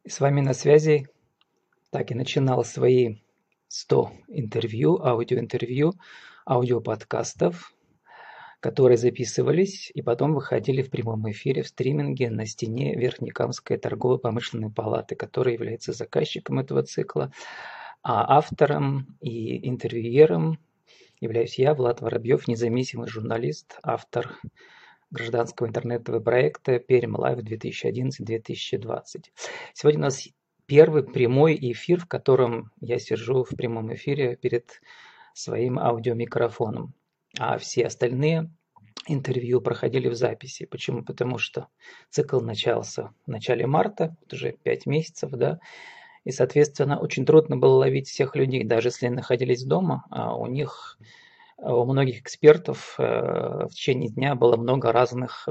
С вами на связи. Так и начинал свои 100 интервью, аудиоинтервью, аудиоподкастов, которые записывались и потом выходили в прямом эфире в стриминге на стене Верхнекамской торгово-промышленной палаты, которая является заказчиком этого цикла, а автором и интервьюером являюсь я, Влад Воробьев, независимый журналист, автор гражданского интернетного проекта Пермь Лайв 2011-2020. Сегодня у нас первый прямой эфир, в котором я сижу в прямом эфире перед своим аудиомикрофоном, а все остальные интервью проходили в записи. Почему? Потому что цикл начался в начале марта, уже 5 месяцев, да, и, соответственно, очень трудно было ловить всех людей, даже если они находились дома, а у многих экспертов в течение дня было много разных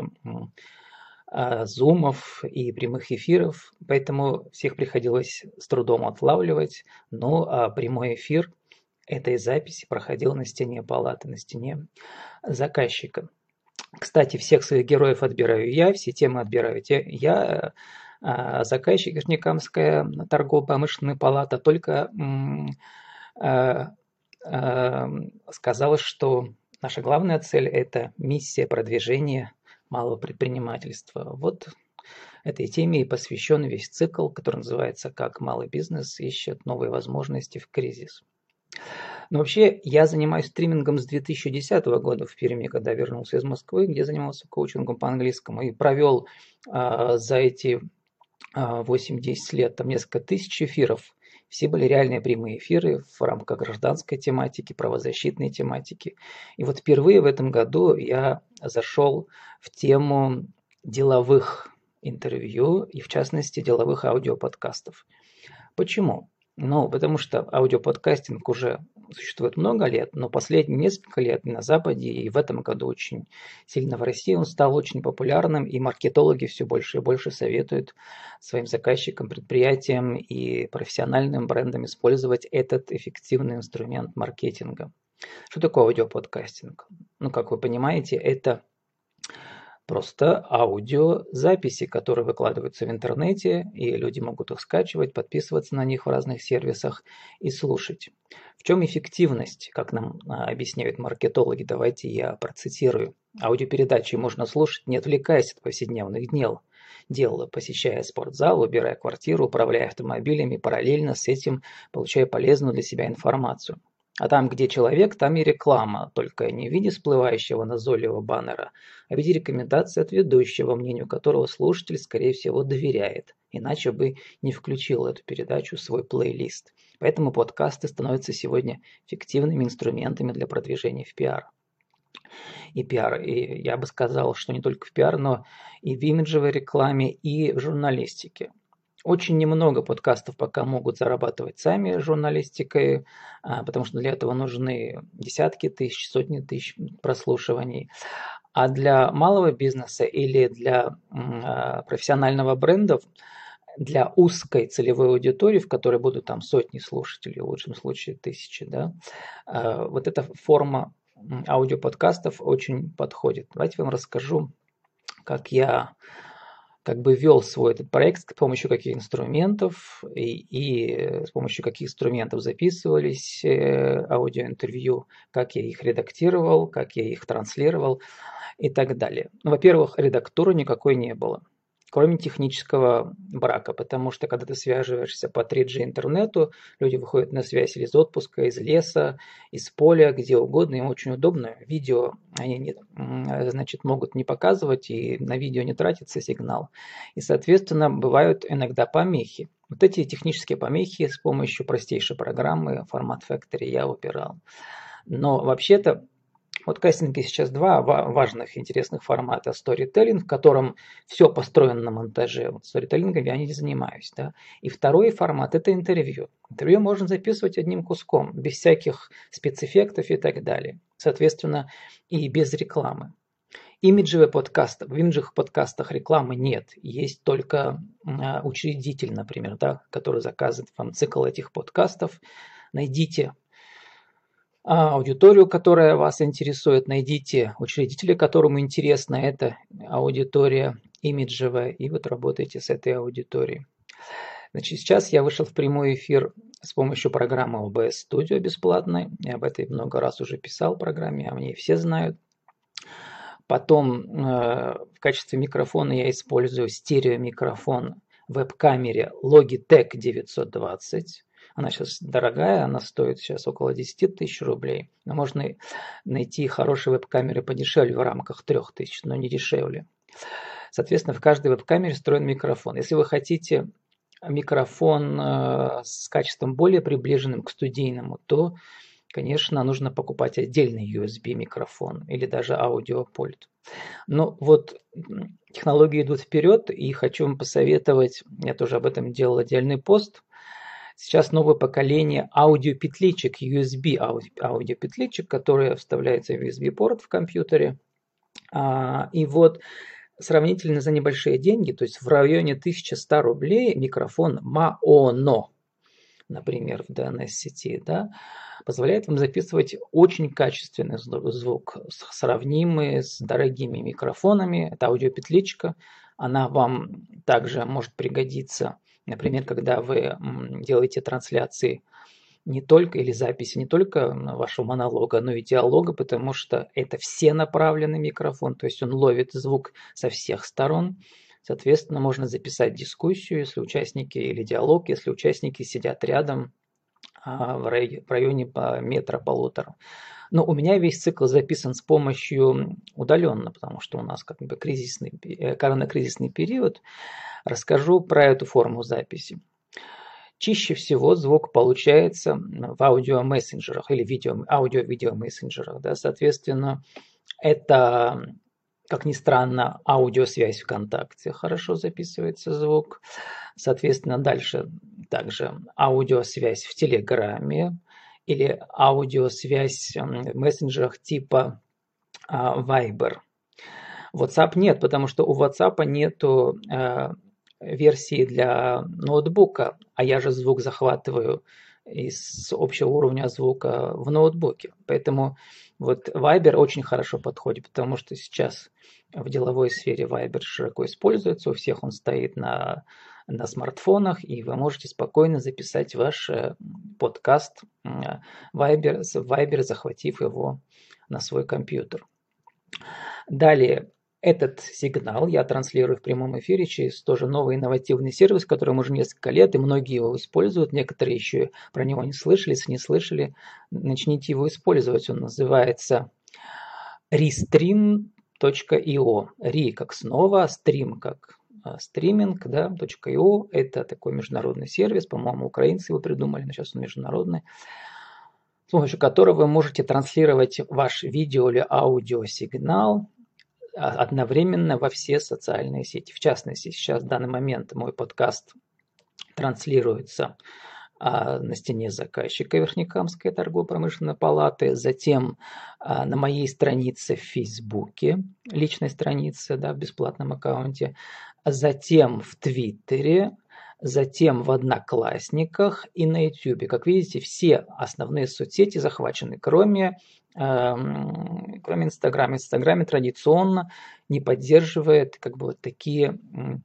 зумов и прямых эфиров, поэтому всех приходилось с трудом отлавливать, но прямой эфир этой записи проходил на стене палаты, на стене заказчика. Кстати, всех своих героев отбираю я, все темы отбираю я, заказчик Верхнекамская торгово-промышленная палата, только сказала, что наша главная цель – это миссия продвижения малого предпринимательства. Вот этой теме и посвящен весь цикл, который называется «Как малый бизнес ищет новые возможности в кризис». Но вообще я занимаюсь стримингом с 2010 года в Перми, когда вернулся из Москвы, где занимался коучингом по английскому и провел за эти 8-10 лет там несколько тысяч эфиров. Все были реальные прямые эфиры в рамках гражданской тематики, правозащитной тематики. И вот впервые в этом году я зашел в тему деловых интервью и, в частности, деловых аудиоподкастов. Почему? Ну, потому что аудиоподкастинг уже существует много лет, но последние несколько лет на Западе и в этом году очень сильно в России он стал очень популярным, и маркетологи все больше и больше советуют своим заказчикам, предприятиям и профессиональным брендам использовать этот эффективный инструмент маркетинга. Что такое аудиоподкастинг? Ну, как вы понимаете, это просто аудиозаписи, которые выкладываются в интернете, и люди могут их скачивать, подписываться на них в разных сервисах и слушать. В чем эффективность, как нам объясняют маркетологи? Давайте я процитирую. Аудиопередачи можно слушать, не отвлекаясь от повседневных дел, посещая спортзал, убирая квартиру, управляя автомобилями, параллельно с этим получая полезную для себя информацию. А там, где человек, там и реклама, только не в виде всплывающего назойливого баннера, а в виде рекомендации от ведущего, мнению которого слушатель, скорее всего, доверяет, иначе бы не включил эту передачу в свой плейлист. Поэтому подкасты становятся сегодня эффективными инструментами для продвижения в пиар. И я бы сказал, что не только в пиар, но и в имиджевой рекламе, и в журналистике. Очень немного подкастов пока могут зарабатывать сами журналистикой, потому что для этого нужны десятки тысяч, сотни тысяч прослушиваний. А для малого бизнеса или для профессионального бренда, для узкой целевой аудитории, в которой будут там сотни слушателей, в лучшем случае тысячи, да, вот эта форма аудиоподкастов очень подходит. Давайте я вам расскажу, как я вел свой этот проект, с помощью каких инструментов и с помощью каких инструментов записывались аудиоинтервью, как я их редактировал, как я их транслировал и так далее. Ну, во-первых, редактуры никакой не было, кроме технического брака, потому что когда ты связываешься по 3G интернету, люди выходят на связь из отпуска, из леса, из поля, где угодно, им очень удобно. Видео они могут не показывать, и на видео не тратится сигнал. И, соответственно, бывают иногда помехи. Вот эти технические помехи с помощью простейшей программы Format Factory я убирал. Но вообще-то в подкастинге сейчас два важных интересных формата. Storytelling, в котором все построено на монтаже. Вот сторителлингом я не занимаюсь. Да? И второй формат – это интервью. Интервью можно записывать одним куском, без всяких спецэффектов и так далее. Соответственно, и без рекламы. Имиджевые подкасты. В имиджевых подкастах рекламы нет. Есть только учредитель, например, да, который заказывает вам цикл этих подкастов. Найдите аудиторию, которая вас интересует, найдите учредителя, которому интересна эта аудитория имиджевая, и вот работайте с этой аудиторией. Значит, сейчас я вышел в прямой эфир с помощью программы OBS Studio бесплатной. Я об этой много раз уже писал программе, о ней все знают. Потом в качестве микрофона я использую стереомикрофон в веб-камере Logitech 920. Она сейчас дорогая, она стоит сейчас около 10 тысяч рублей. Но можно найти хорошие веб-камеры подешевле в рамках 3000, но не дешевле. Соответственно, в каждой веб-камере встроен микрофон. Если вы хотите микрофон с качеством более приближенным к студийному, то, конечно, нужно покупать отдельный USB микрофон или даже аудиопульт. Но вот технологии идут вперед, и хочу вам посоветовать, я тоже об этом делал отдельный пост. Сейчас новое поколение аудиопетличек, USB аудиопетличек, которые вставляются в USB-порт в компьютере. И вот сравнительно за небольшие деньги, то есть в районе 1100 рублей микрофон Maono, например, в DNS-сети, да, позволяет вам записывать очень качественный звук, сравнимый с дорогими микрофонами. Это аудиопетличка, она вам также может пригодиться, например, когда вы делаете трансляции не только или записи не только вашего монолога, но и диалога, потому что это всенаправленный микрофон, то есть он ловит звук со всех сторон. Соответственно, можно записать дискуссию, если участники, или диалог, если участники сидят рядом в районе метра-полутора. Но у меня весь цикл записан с помощью удаленно, потому что у нас как бы коронакризисный период. Расскажу про эту форму записи. Чище всего звук получается в аудиомессенджерах или аудио-видео-мессенджерах. Да? Соответственно, это, как ни странно, аудиосвязь ВКонтакте хорошо записывается звук. Соответственно, дальше также аудиосвязь в Телеграме или аудиосвязь в мессенджерах типа Viber. WhatsApp нет, потому что у WhatsApp нету версии для ноутбука, а я же звук захватываю из общего уровня звука в ноутбуке. Поэтому вот Viber очень хорошо подходит, потому что сейчас в деловой сфере Viber широко используется, у всех он стоит на смартфонах, и вы можете спокойно записать ваш подкаст Viber, захватив его на свой компьютер. Далее. Этот сигнал я транслирую в прямом эфире через тоже новый инновативный сервис, который уже несколько лет, и многие его используют. Некоторые еще про него не слышали. Если не слышали, начните его использовать. Он называется restream.io. Re как снова, stream как стриминг, да, .io. Это такой международный сервис, по-моему, украинцы его придумали, но сейчас он международный, с помощью которого вы можете транслировать ваш видео или аудиосигнал одновременно во все социальные сети. В частности, сейчас в данный момент мой подкаст транслируется на стене заказчика Верхнекамской торгово-промышленной палаты, затем на моей странице в Фейсбуке, личной странице, да, в бесплатном аккаунте, затем в Твиттере, затем в Одноклассниках и на Ютубе. Как видите, все основные соцсети захвачены, кроме Инстаграма. Инстаграме традиционно не поддерживает как бы вот такие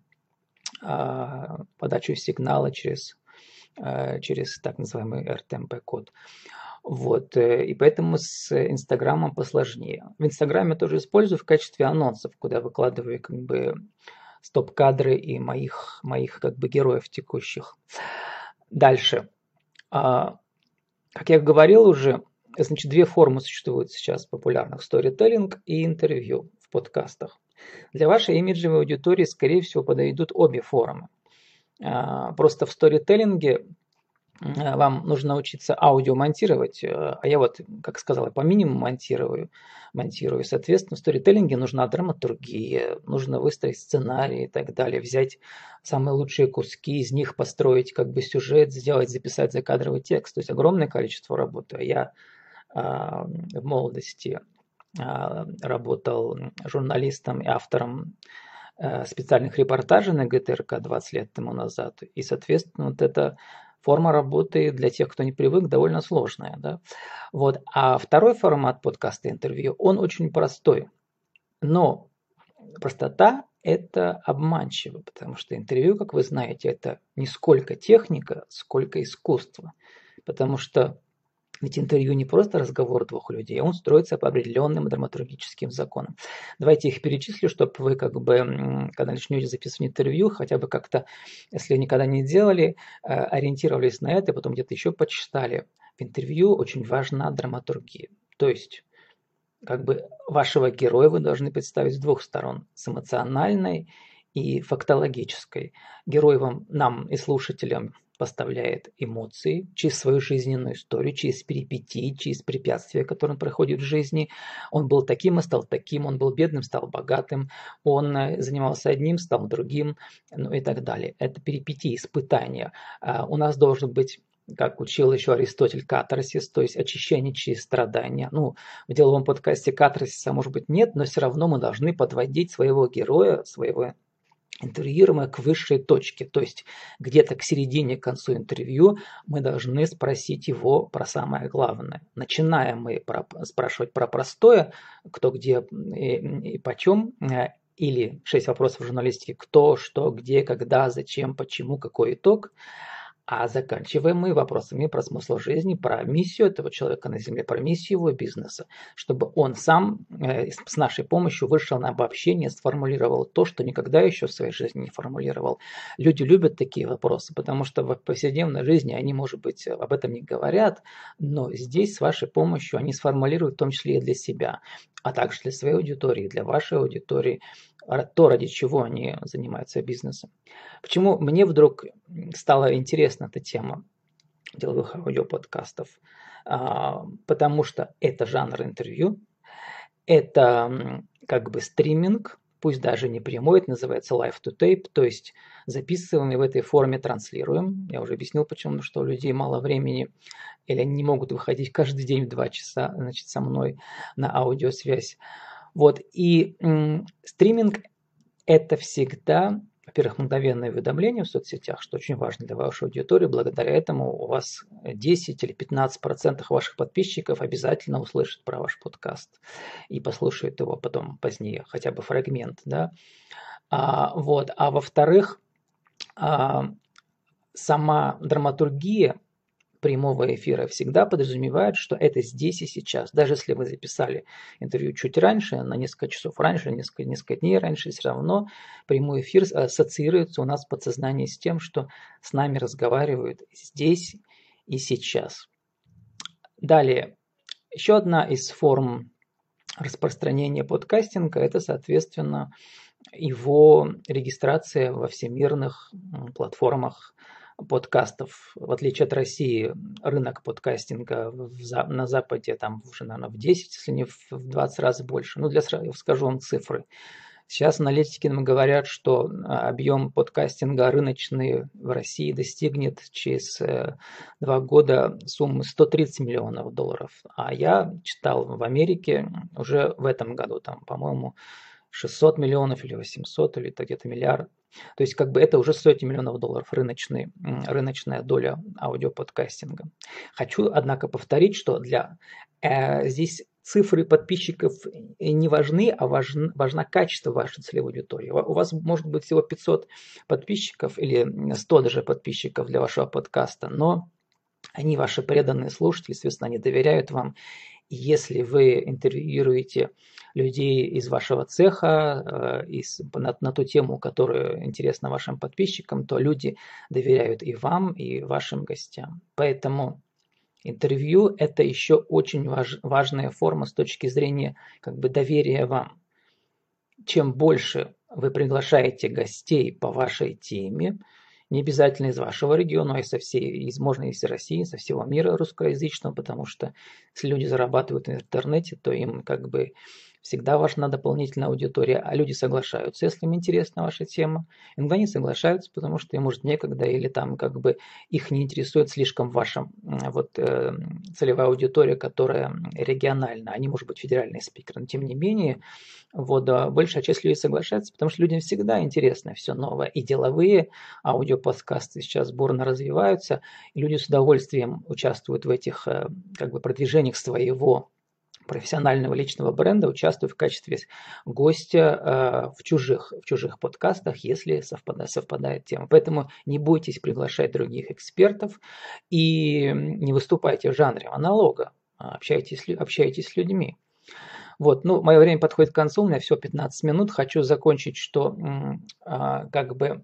подачу сигнала через так называемый RTMP-код. Вот. И поэтому с Инстаграмом посложнее. В Инстаграме тоже использую в качестве анонсов, куда выкладываю как бы стоп-кадры и моих как бы героев текущих. Дальше. Как я говорил уже, значит, две формы существуют сейчас популярных: сторителлинг и интервью в подкастах. Для вашей имиджевой аудитории, скорее всего, подойдут обе формы. Просто в сторителлинге вам нужно научиться аудио монтировать, а я вот, как сказал, по минимуму монтирую. Соответственно, в сторителлинге нужна драматургия, нужно выстроить сценарий и так далее, взять самые лучшие куски, из них построить как бы сюжет, записать закадровый текст. То есть огромное количество работы. Я в молодости работал журналистом и автором специальных репортажей на ГТРК 20 лет тому назад. И, соответственно, вот эта форма работы для тех, кто не привык, довольно сложная. Да? Вот. А второй формат подкаста интервью, он очень простой. Но простота это обманчиво, потому что интервью, как вы знаете, это не сколько техника, сколько искусство. Потому что ведь интервью не просто разговор двух людей, а он строится по определенным драматургическим законам. Давайте их перечислю, чтобы вы, когда начнете записывать интервью, хотя бы как-то, если никогда не делали, ориентировались на это, и потом где-то еще почитали. В интервью очень важна драматургия. То есть вашего героя вы должны представить с двух сторон, с эмоциональной и фактологической. Герой нам и слушателям поставляет эмоции через свою жизненную историю, через перипетии, через препятствия, которые он проходит в жизни. Он был таким и стал таким, он был бедным, стал богатым, он занимался одним, стал другим, ну и так далее. Это перипетии, испытания. У нас должен быть, как учил еще Аристотель, катарсис, то есть очищение через страдания. Ну, в деловом подкасте катарсиса, может быть, нет, но все равно мы должны подводить своего героя, своего интервьюируемого к высшей точке. То есть где-то к середине, к концу интервью мы должны спросить его про самое главное. Начинаем мы спрашивать про простое, кто, где и почем, или 6 вопросов журналистики: кто, что, где, когда, зачем, почему, какой итог. А заканчиваем мы вопросами про смысл жизни, про миссию этого человека на Земле, про миссию его бизнеса, чтобы он сам с нашей помощью вышел на обобщение, сформулировал то, что никогда еще в своей жизни не формулировал. Люди любят такие вопросы, потому что в повседневной жизни они, может быть, об этом не говорят, но здесь с вашей помощью они сформулируют в том числе и для себя, а также для своей аудитории, для вашей аудитории, то, ради чего они занимаются бизнесом. Почему мне вдруг стала интересна эта тема деловых аудиоподкастов? Потому что это жанр интервью, это стриминг, пусть даже не прямой, это называется live to tape, то есть записываем и в этой форме транслируем. Я уже объяснил, почему, что у людей мало времени, или они не могут выходить каждый день в 2 часа, значит, со мной на аудиосвязь. Вот, и стриминг – это всегда, во-первых, мгновенное уведомление в соцсетях, что очень важно для вашей аудитории. Благодаря этому у вас 10 или 15% ваших подписчиков обязательно услышат про ваш подкаст и послушают его потом позднее, хотя бы фрагмент. Да? А во-вторых, сама драматургия прямого эфира всегда подразумевает, что это здесь и сейчас. Даже если вы записали интервью чуть раньше, на несколько часов раньше, несколько дней раньше, все равно прямой эфир ассоциируется у нас в подсознании с тем, что с нами разговаривают здесь и сейчас. Далее, еще одна из форм распространения подкастинга – это, соответственно, его регистрация во всемирных платформах подкастов. В отличие от России, рынок подкастинга на Западе там уже, наверное, в 10, если не в 20 раз больше. Ну, скажу вам цифры. Сейчас аналитики нам говорят, что объем подкастинга рыночный в России достигнет через 2 года суммы $130 миллионов. А я читал в Америке уже в этом году, там, по-моему, 600 миллионов или 800, или где-то миллиард. То есть это уже сотни миллионов долларов рыночная доля аудиоподкастинга. Хочу, однако, повторить, что здесь цифры подписчиков не важны, а важно качество вашей целевой аудитории. У вас может быть всего 500 подписчиков или 100 даже подписчиков для вашего подкаста, но они ваши преданные слушатели, соответственно, они доверяют вам. Если вы интервьюируете людей из вашего цеха на ту тему, которая интересна вашим подписчикам, то люди доверяют и вам, и вашим гостям. Поэтому интервью – это еще очень важная форма с точки зрения доверия вам. Чем больше вы приглашаете гостей по вашей теме, не обязательно из вашего региона, а можно из России, со всего мира русскоязычного, потому что если люди зарабатывают в интернете, то им всегда важна дополнительная аудитория, а люди соглашаются, если им интересна ваша тема. Иногда не соглашаются, потому что им, может, некогда, или там их не интересует слишком ваша целевая аудитория, которая региональна. Они, может быть, федеральные спикеры, но тем не менее, большая часть людей соглашается, потому что людям всегда интересно все новое. И деловые аудиоподкасты сейчас бурно развиваются, и люди с удовольствием участвуют в этих продвижениях своего профессионального личного бренда участвовать в качестве гостя в чужих подкастах, если совпадает тема. Поэтому не бойтесь приглашать других экспертов и не выступайте в жанре монолога, общайтесь с людьми. Вот, ну, мое время подходит к концу, у меня всего 15 минут. Хочу закончить, что как бы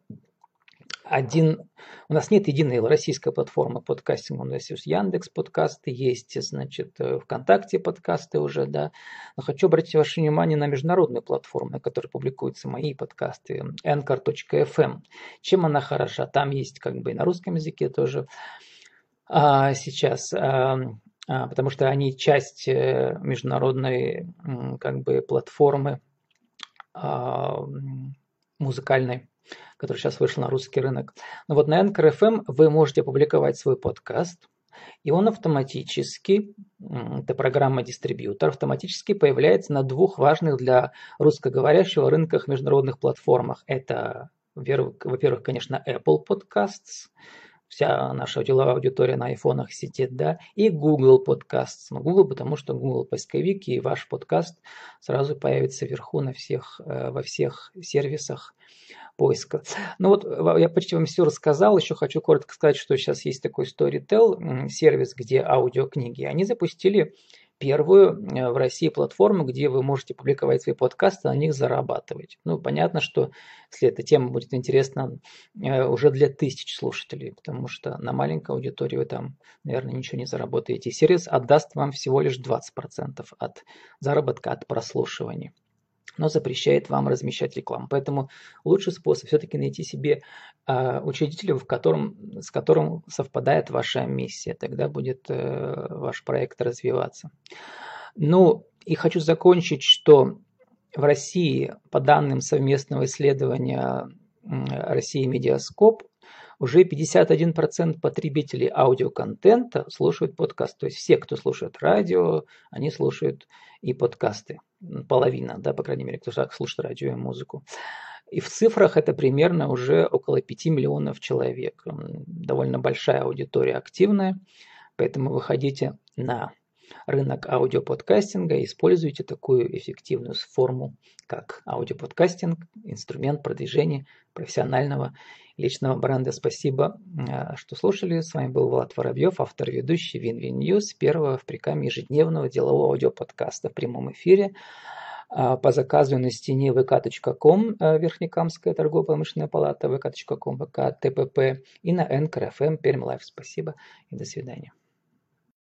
у нас нет единой российской платформы подкастинга. У нас есть Яндекс подкасты, есть, значит, ВКонтакте подкасты уже, да. Но хочу обратить ваше внимание на международные платформы, на которых публикуются мои подкасты. Anchor.fm. Чем она хороша? Там есть как бы и на русском языке тоже сейчас, потому что они часть международной как бы платформы музыкальной, который сейчас вышел на русский рынок. Но вот на Anchor FM вы можете опубликовать свой подкаст, и он автоматически, это программа-дистрибьютор, автоматически появляется на двух важных для русскоговорящего рынках международных платформах. Это, во-первых, конечно, Apple Podcasts, вся наша деловая аудитория на айфонах сидит, да, и Google Podcasts. Ну, Google, потому что Google поисковик, и ваш подкаст сразу появится вверху во всех сервисах поиска. Ну вот я почти вам все рассказал. Еще хочу коротко сказать, что сейчас есть такой Storytel, сервис, где аудиокниги. Они запустили первую в России платформу, где вы можете публиковать свои подкасты, на них зарабатывать. Ну, понятно, что если эта тема будет интересна уже для тысяч слушателей, потому что на маленькой аудитории вы там, наверное, ничего не заработаете. Сервис отдаст вам всего лишь 20% от заработка от прослушивания, но запрещает вам размещать рекламу. Поэтому лучший способ все-таки найти себе учредителя, с которым совпадает ваша миссия. Тогда будет ваш проект развиваться. Ну, и хочу закончить, что в России, по данным совместного исследования России Медиаскоп, уже 51% потребителей аудиоконтента слушают подкаст. То есть все, кто слушает радио, они слушают и подкасты. Половина, да, по крайней мере, кто слушает радио и музыку. И в цифрах это примерно уже около 5 миллионов человек. Довольно большая аудитория активная, поэтому выходите на рынок аудиоподкастинга и используйте такую эффективную форму, как аудиоподкастинг, инструмент продвижения профессионального личного бренда. Спасибо, что слушали. С вами был Влад Воробьев, автор и ведущий Win-Win News, первого в Прикамье ежедневного делового аудиоподкаста в прямом эфире по заказу на стене vk.com, Верхнекамская торгово-промышленная палата, vk.com, vk.tpp и на Anchor FM Пермь Лайв. Спасибо и до свидания.